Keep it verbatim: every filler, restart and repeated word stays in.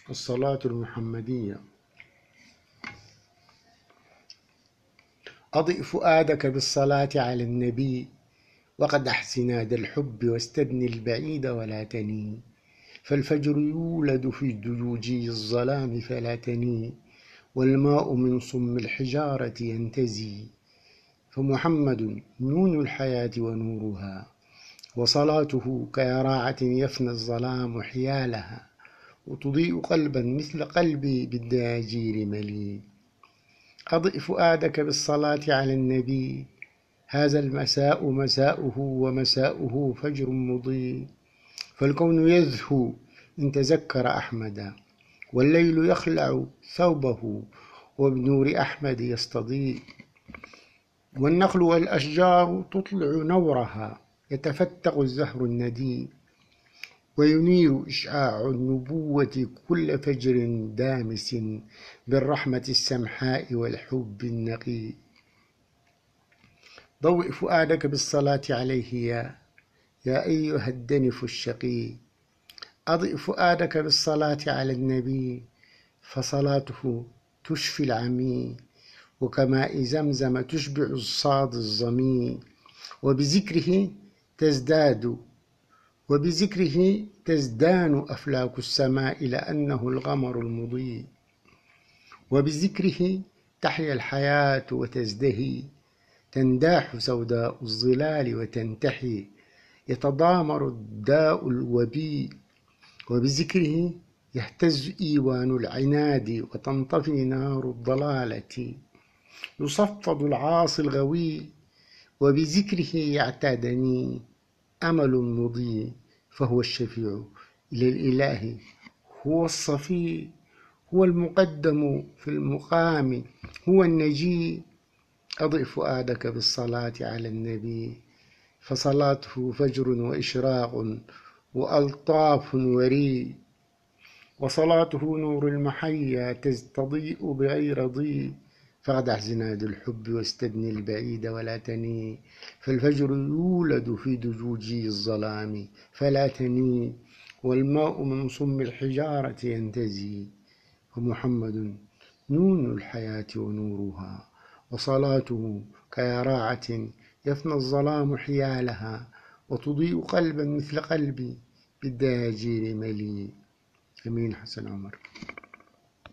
الصلاة المحمدية. أضئ فؤادك بالصلاة على النبي، وقدح زناد الحب واستدني البعيد ولا تني، فالفجر يولد في دجوجي الظلام فلا تني، والماء من صم الحجارة ينتزي، فمحمد نون الحياة ونورها، وصلاته كيراعة يفنى الظلام حيالها، وتضيء قلبا مثل قلبي بالداجير مليء. أضئ فؤادك بالصلاة على النبي، هذا المساء مساؤه ومساؤه فجر مضيء، فالكون يزهو إن تذكر أحمدا، والليل يخلع ثوبه وبنور أحمد يستضيء، والنخل والأشجار تطلع نورها، يتفتق الزهر الندي، وينير إشعاع النبوة كل فجر دامس بالرحمة السمحاء والحب النقي. ضوئ فؤادك بالصلاة عليه يا يا أيها الدنف الشقي، أضئ فؤادك بالصلاة على النبي، فصلاته تشفي العمي، وكماء زمزم تشبع الصاد الظمي، وبذكره تزداد وبذكره تزدان أفلاك السماء لأنه الغمر المضيء، وبذكره تحيا الحياة وتزدهي، تنداح سوداء الظلال وتنتحي، يتضامر الداء الوبي، وبذكره يهتز إيوان العناد وتنطفي نار الضلالة، يصفد العاصي الغوي، وبذكره يعتادني أمل مضي، فهو الشفيع إلى الإله، هو الصفي، هو المقدم في المقام، هو النجي. أضئ فؤادك بالصلاة على النبي، فصلاته فجر وإشراق وألطاف وري، وصلاته نور المحيا تضيء بغير ضي، فاقدح زناد الحب واستدني البعيد ولا تني، فالفجر يولد في دجوجي الظلام فلا تني، والماء من صم الحجارة ينتزي، ومحمد نون الحياة ونورها، وصلاته كيراعة يفنى الظلام حيالها، وتضيء قلبا مثل قلبي بالداجير مليء. أمين حسن عمر.